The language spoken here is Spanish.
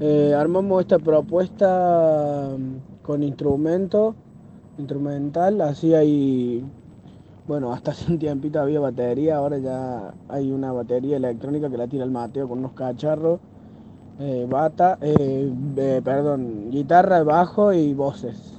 Armamos esta propuesta con instrumental, así hay, bueno, hasta hace un tiempito había batería, ahora ya hay una batería electrónica que la tira el Mateo con unos cacharros, perdón, guitarra, bajo y voces.